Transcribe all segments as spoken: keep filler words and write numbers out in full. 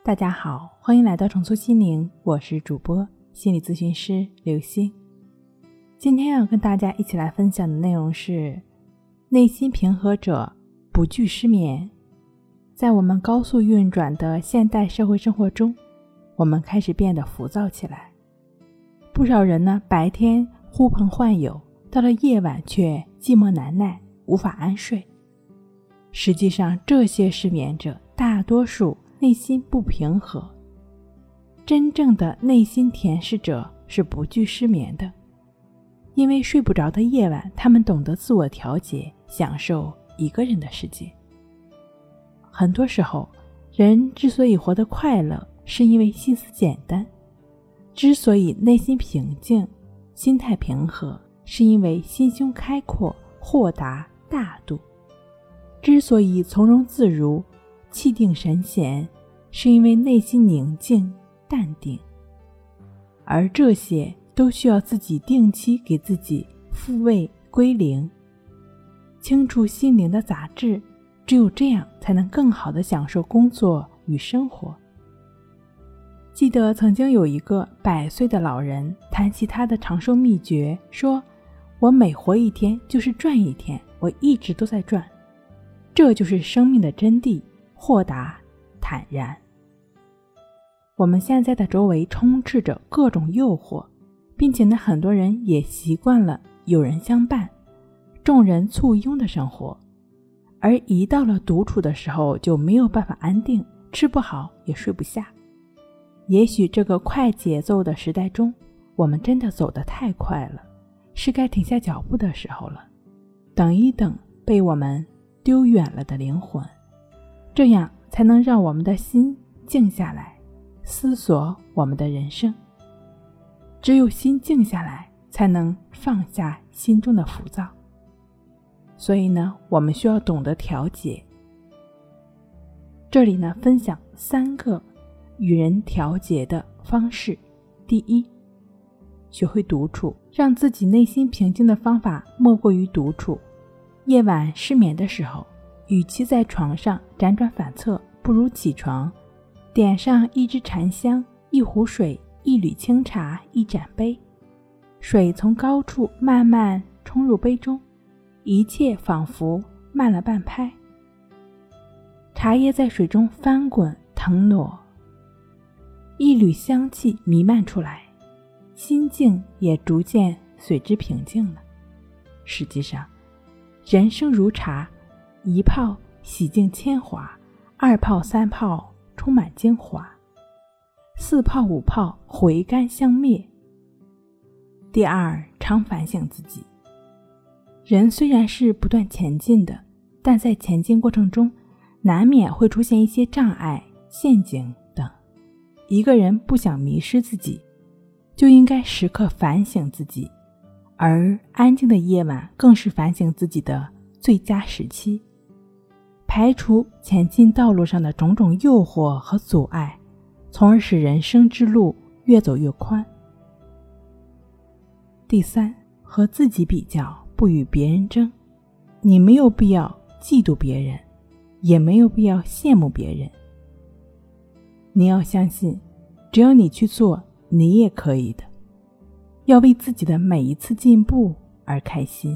大家好，欢迎来到重塑心灵，我是主播心理咨询师刘星。今天要跟大家一起来分享的内容是内心平和者不惧失眠。在我们高速运转的现代社会生活中，我们开始变得浮躁起来。不少人呢，白天呼朋唤友，到了夜晚却寂寞难耐，无法安睡。实际上，这些失眠者大多数内心不平和。真正的内心恬适者是不惧失眠的，因为睡不着的夜晚，他们懂得自我调节，享受一个人的世界。很多时候，人之所以活得快乐，是因为心思简单；之所以内心平静、心态平和，是因为心胸开阔、豁达大度；之所以从容自如、气定神闲，是因为内心宁静淡定。而这些都需要自己定期给自己复位归零，清除心灵的杂质，只有这样才能更好地享受工作与生活。记得曾经有一个百岁的老人谈起他的长寿秘诀，说：我每活一天就是赚一天，我一直都在赚。这就是生命的真谛，豁达坦然。我们现在的周围充斥着各种诱惑，并且呢，很多人也习惯了有人相伴、众人簇拥的生活，而一到了独处的时候，就没有办法安定，吃不好也睡不下。也许这个快节奏的时代中，我们真的走得太快了，是该停下脚步的时候了。等一等被我们丢远了的灵魂，这样才能让我们的心静下来，思索我们的人生。只有心静下来，才能放下心中的浮躁。所以呢，我们需要懂得调节。这里呢，分享三个与人调节的方式。第一，学会独处，让自己内心平静的方法莫过于独处。夜晚失眠的时候，与其在床上辗转反侧，不如起床，点上一支禅香、一壶水、一缕清茶、一盏杯。水从高处慢慢冲入杯中，一切仿佛慢了半拍。茶叶在水中翻滚腾挪，一缕香气弥漫出来，心境也逐渐随之平静了。实际上，人生如茶，一泡洗净铅华，二泡三泡充满精华，四泡五泡回甘相灭。第二，常反省自己。人虽然是不断前进的，但在前进过程中，难免会出现一些障碍、陷阱等。一个人不想迷失自己，就应该时刻反省自己，而安静的夜晚更是反省自己的最佳时期，排除前进道路上的种种诱惑和阻碍，从而使人生之路越走越宽。第三，和自己比较，不与别人争。你没有必要嫉妒别人，也没有必要羡慕别人。你要相信，只要你去做，你也可以的。要为自己的每一次进步而开心。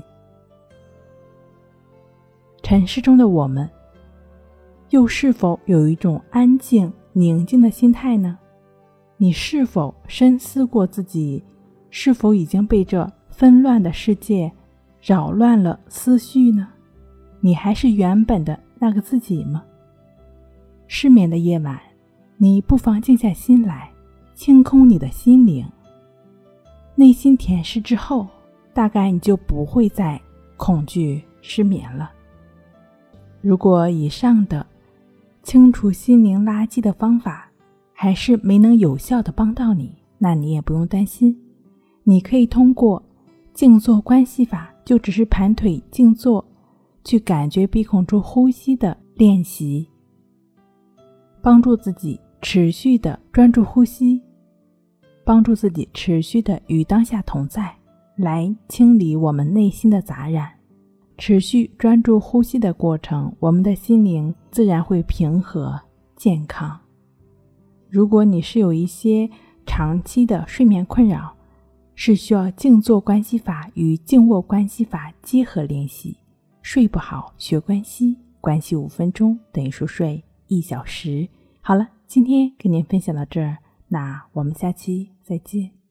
尘世中的我们，又是否有一种安静宁静的心态呢？你是否深思过自己是否已经被这纷乱的世界扰乱了思绪呢？你还是原本的那个自己吗？失眠的夜晚，你不妨静下心来，清空你的心灵。内心恬适之后，大概你就不会再恐惧失眠了。如果以上的清除心灵垃圾的方法还是没能有效地帮到你，那你也不用担心。你可以通过静坐观息法，就只是盘腿静坐，去感觉鼻孔处呼吸的练习，帮助自己持续的专注呼吸，帮助自己持续的与当下同在，来清理我们内心的杂染。持续专注呼吸的过程，我们的心灵自然会平和健康。 如果你是有一些长期的睡眠困扰，是需要静坐关系法与静卧关系法结合练习。睡不好学关系，关系五分钟等于熟睡一小时。好了，今天跟您分享到这儿，那我们下期再见。